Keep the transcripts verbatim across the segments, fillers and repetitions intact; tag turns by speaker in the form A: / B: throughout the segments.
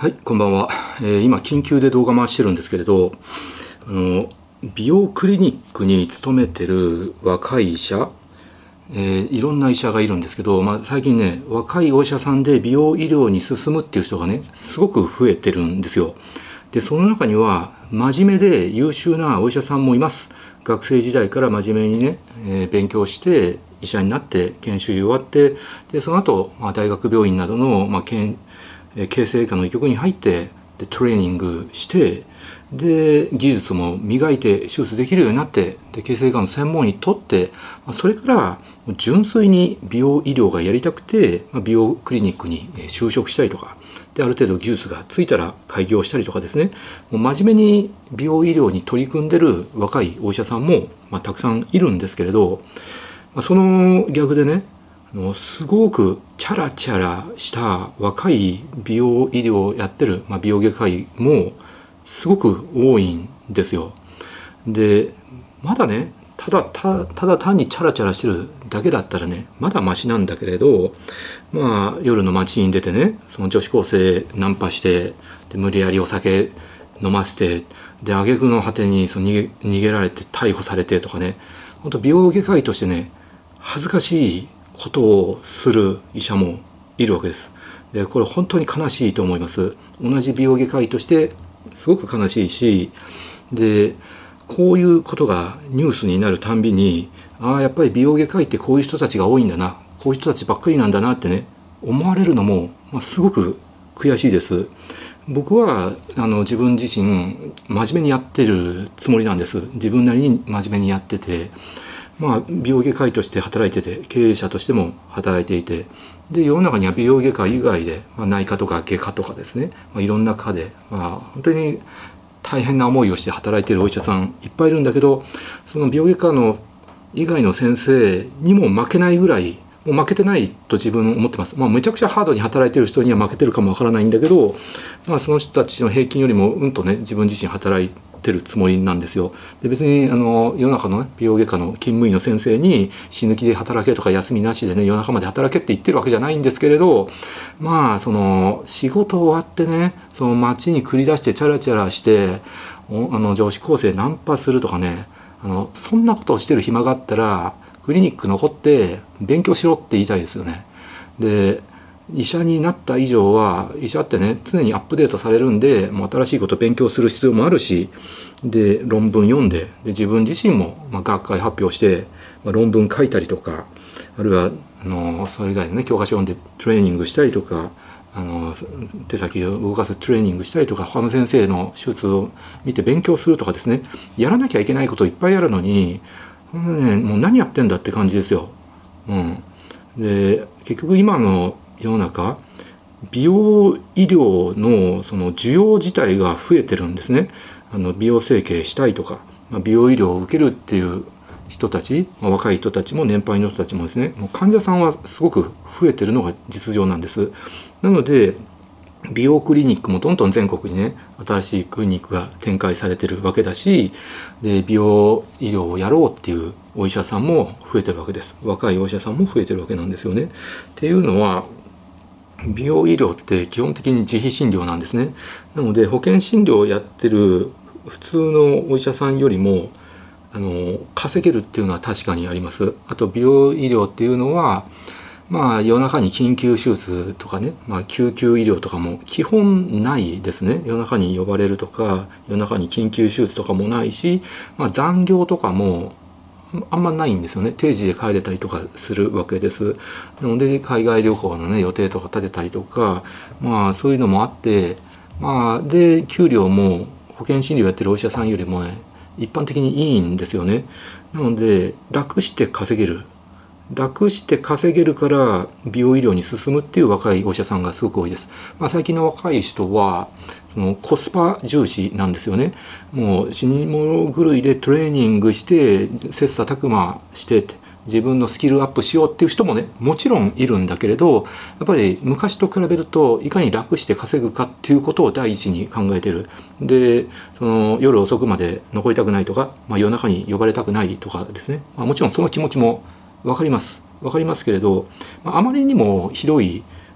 A: はい、こんばんは。えー今、緊急で動画回してるんですけれど、あの、美容クリニックに勤めてる若い医者、えーいろんな医者がいるんですけど、まあ、最近ね、若いお医者さんで美容医療に進むっていう人がね、すごく増えてるんですよ。で、その中には、真面目で優秀なお医者さんもいます。学生時代から真面目にね、えー勉強して、医者になって研修終わって、で、その後、まあ、大学病院などの、まあ、研えー形成科の医局に入ってでトレーニングしてで技術も磨いて手術できるようになってで形成科の専門医取ってまあそれから純粋に美容医療がやりたくてまあ美容クリニックにえー就職したりとかである程度技術がついたら開業したりとかですねもう真面目に美容医療に取り組んでる若いお医者さんもまあたくさんいるんですけれど、まあその逆でねあのすごくチャラチャラした若い美容医療をやってる、まあ、美容外科医もすごく多いんですよ。でまだねただたただ単にチャラチャラしてるだけだったらねまだマシなんだけれどまあ夜の街に出てねその女子高生ナンパしてで無理やりお酒飲ませてで挙句の果てにその逃げ逃げられて逮捕されてとかね本当美容外科医としてね恥ずかしいことをする医者もいるわけです。でこれ本当に悲しいと思います。同じ美容外科医としてすごく悲しいしでこういうことがニュースになるたんびにああやっぱり美容外科医ってこういう人たちが多いんだなこういう人たちばっかりなんだなってね思われるのも、まあ、すごく悔しいです。僕はあの自分自身真面目にやってるつもりなんです。自分なりに真面目にやっててまあ、美容外科医として働いてて経営者としても働いていてで世の中には美容外科以外で、まあ、内科とか外科とかですね、まあ、いろんな科で、まあ、本当に大変な思いをして働いているお医者さんいっぱいいるんだけどその美容外科の以外の先生にも負けないぐらいもう負けてないと自分思ってます。まあ、めちゃくちゃハードに働いてる人には負けてるかもわからないんだけど、まあ、その人たちの平均よりもうんとね自分自身働いててるつもりなんですよ。で別にあの世の中の、ね、美容外科の勤務医の先生に死ぬ気で働けとか休みなしでね夜中まで働けって言ってるわけじゃないんですけれどまあその仕事終わってねその街に繰り出してチャラチャラしておあの女子高生ナンパするとかねあのそんなことをしてる暇があったらクリニック残って勉強しろって言いたいですよね。で医者になった以上は医者ってね常にアップデートされるんでもう新しいことを勉強する必要もあるしで論文読んでで自分自身も、まあ、学会発表して、まあ、論文書いたりとかあるいはあのそれ以外のね教科書読んでトレーニングしたりとかあの手先を動かすトレーニングしたりとか他の先生の手術を見て勉強するとかですねやらなきゃいけないこといっぱいあるのに、ね、もう何やってんだって感じですよ。うん、で結局今の世の中美容医療のその需要自体が増えてるんですね。あの美容整形したいとか、まあ、美容医療を受けるっていう人たち、まあ、若い人たちも年配の人たちもですねもう患者さんはすごく増えてるのが実情なんです。なので美容クリニックもどんどん全国にね新しいクリニックが展開されてるわけだしで美容医療をやろうっていうお医者さんも増えてるわけです。若いお医者さんも増えてるわけなんですよね。っていうのは美容医療って基本的に自費診療なんですね。なので保険診療をやってる普通のお医者さんよりもあの稼げるっていうのは確かにあります。あと美容医療っていうのはまあ夜中に緊急手術とかね、まあ、救急医療とかも基本ないですね。夜中に呼ばれるとか夜中に緊急手術とかもないし、まあ、残業とかもあんまないんですよね。定時で帰れたりとかするわけです。なので海外旅行のね予定とか立てたりとかまあそういうのもあってまあで給料も保険診療やってるお医者さんよりもね一般的にいいんですよね。なので楽して稼げる楽して稼げるから美容医療に進むっていう若いお医者さんがすごく多いです。まあ、最近の若い人はそのコスパ重視なんですよね。もう死に物狂いでトレーニングして切磋琢磨して自分のスキルアップしようっていう人もねもちろんいるんだけれどやっぱり昔と比べるといかに楽して稼ぐかっていうことを第一に考えてる。でその夜遅くまで残りたくないとか、まあ、夜中に呼ばれたくないとかですね、まあ、もちろんその気持ちも分かります分かりますけれどあまりにもひどい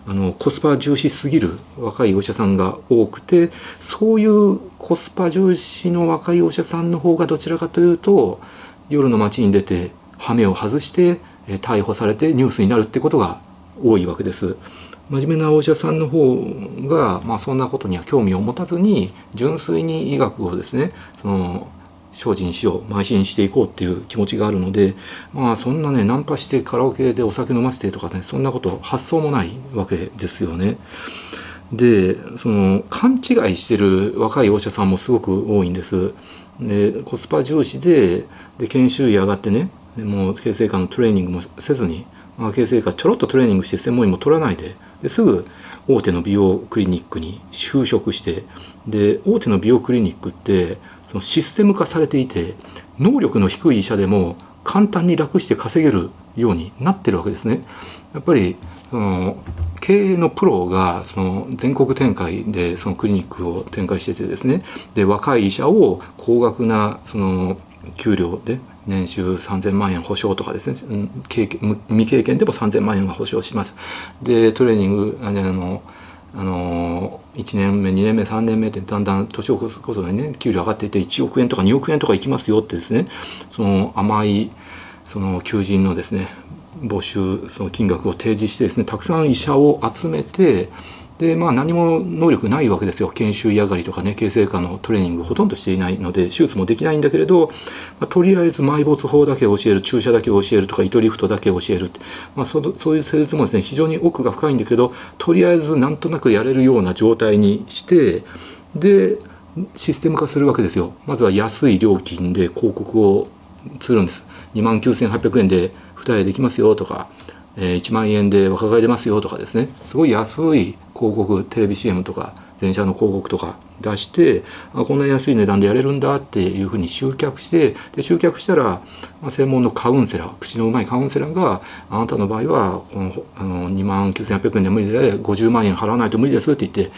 A: あのコスパ重視すぎる若いお医者さんが多くて、そういうコスパ重視の若いお医者さんの方がどちらかというと夜の街に出て羽目を外して逮捕されてニュースになるってことが多いわけです。真面目なお医者さんの方が、まあ、そんなことには興味を持たずに純粋に医学をですねその精進しよう邁進していこうっていう気持ちがあるので、まあそんなねナンパしてカラオケでお酒飲ませてとかね、そんなこと発想もないわけですよね。でその勘違いしてる若いお医者さんもすごく多いんです。でコスパ重視でで研修医上がってね、でもう形成科のトレーニングもせずに、まあ、形成科ちょろっとトレーニングして専門医も取らないでですぐ大手の美容クリニックに就職して、で大手の美容クリニックってそのシステム化されていて、能力の低い医者でも簡単に楽して稼げるようになってるわけですね。やっぱりその経営のプロがその全国展開でそのクリニックを展開しててですね、で若い医者を高額なその給料で年収さんぜんまんえん保証とかですね、経験未経験でもさんぜんまんえんが保証します。でトレーニングあのあのいちねんめにねんめさんねんめってだんだん年を越すことでね給料上がっていっていちおくえんとかにおくえんとかいきますよってですね、その甘いその求人のですね募集その金額を提示してですね、たくさん医者を集めて、でまあ何も能力ないわけですよ。研修医上がりとかね形成科のトレーニングほとんどしていないので手術もできないんだけれど、まあ、とりあえず埋没法だけを教える、注射だけを教えるとか糸リフトだけを教えるって、まあ、そ, そういう施術もですね非常に奥が深いんだけど、とりあえずなんとなくやれるような状態にして、でシステム化するわけですよ。まずは安い料金で広告をするんです。にまんきゅうせんはっぴゃくえんで二重できますよとか、いちまんえんで若返れますよとかですね、すごい安い広告、テレビ シーエム とか電車の広告とか出して、あこんな安い値段でやれるんだっていうふうに集客して、で集客したら、まあ、専門のカウンセラー、口のうまいカウンセラーがあなたの場合はこのあのにまんきゅうせんはっぴゃくえんで無理でごじゅうまんえん払わないと無理ですって言って、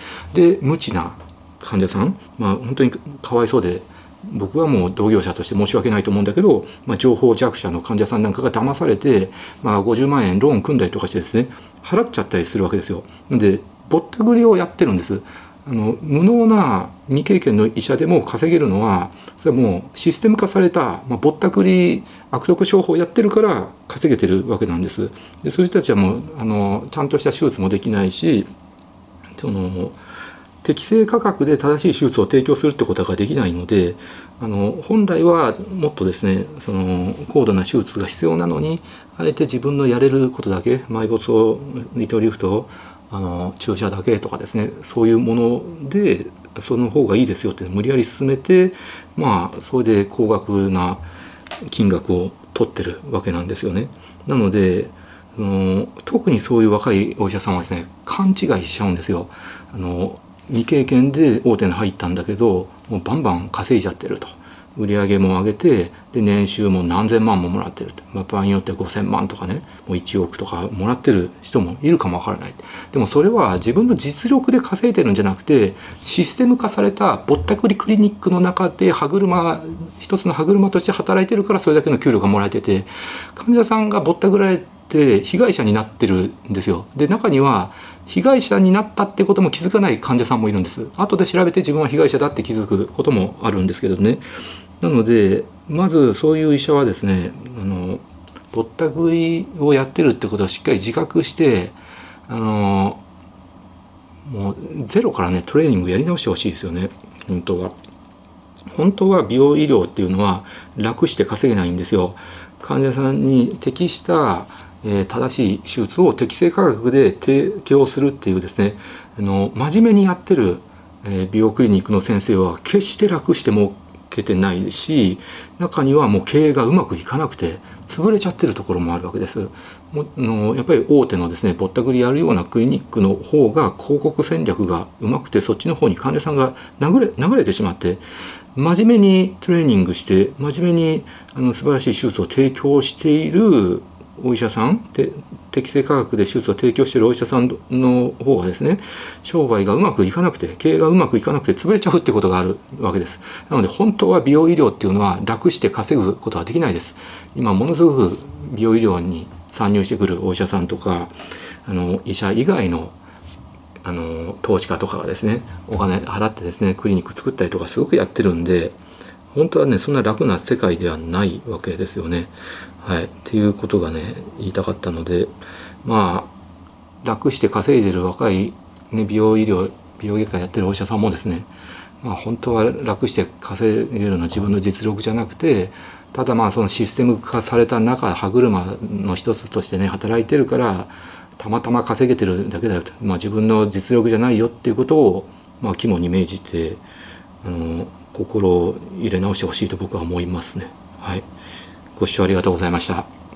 A: で無知な患者さん、まあ本当にかわいそうで、僕はもう同業者として申し訳ないと思うんだけど、まあ、情報弱者の患者さんなんかが騙されて、まあ、ごじゅうまんえんローン組んだりとかしてですね払っちゃったりするわけですよ。でぼったくりをやってるんです。あの無能な未経験の医者でも稼げるのはそれはもうシステム化された、まあ、ぼったくり悪徳商法をやってるから稼げてるわけなんです。でそういう人たちはもうあのちゃんとした手術もできないし、その適正価格で正しい手術を提供するってことができないので、あの本来はもっとですねその高度な手術が必要なのに、あえて自分のやれることだけ、埋没を糸リフトあの注射だけとかですね、そういうものでその方がいいですよって無理やり進めて、まあそれで高額な金額を取ってるわけなんですよね。なのであの特にそういう若いお医者さんはですね勘違いしちゃうんですよ。あの未経験で大手に入ったんだけどもうバンバン稼いじゃってると、売り上げも上げて、で年収も何千万ももらってると、まあ、場合によってはごせんまんとかねもういちおくとかもらってる人もいるかもわからない。でもそれは自分の実力で稼いでるんじゃなくて、システム化されたぼったくりクリニックの中で歯車一つの歯車として働いてるからそれだけの給料がもらえてて、患者さんがぼったくられて被害者になってるんですよ。で中には被害者になったってことも気づかない患者さんもいるんです。後で調べて自分は被害者だって気づくこともあるんですけどね。なのでまずそういう医者はですね、あのぼったくりをやってるってことをしっかり自覚して、あのもうゼロからねトレーニングやり直してほしいですよね。本当は本当は美容医療っていうのは楽して稼げないんですよ。患者さんに適したえー、正しい手術を適正価格で提供するっていうですね、あの真面目にやってる、えー、美容クリニックの先生は決して楽して儲けてないし、中にはもう経営がうまくいかなくて潰れちゃってるところもあるわけです。もあのやっぱり大手のですねぼったくりやるようなクリニックの方が広告戦略がうまくて、そっちの方に患者さんが流れ流れてしまって、真面目にトレーニングして真面目にあの素晴らしい手術を提供しているお医者さんで適正価格で手術を提供しているお医者さんの方がですね商売がうまくいかなくて経営がうまくいかなくて潰れちゃうってことがあるわけです。なので本当は美容医療っていうのは楽して稼ぐことはできないです。今ものすごく美容医療に参入してくるお医者さんとかあの医者以外のあの投資家とかがですねお金払ってですねクリニック作ったりとかすごくやってるんで、本当はねそんな楽な世界ではないわけですよね。はい、っていうことがね言いたかったので、まあ楽して稼いでる若い、ね、美容医療美容外科やってるお医者さんもですね、まあ、本当は楽して稼げるのは自分の実力じゃなくて、ただまあそのシステム化された中歯車の一つとしてね働いてるからたまたま稼げてるだけだよと、まあ、自分の実力じゃないよっていうことを、まあ、肝に銘じてあの心を入れ直してほしいと僕は思いますね。はい、ご視聴ありがとうございました。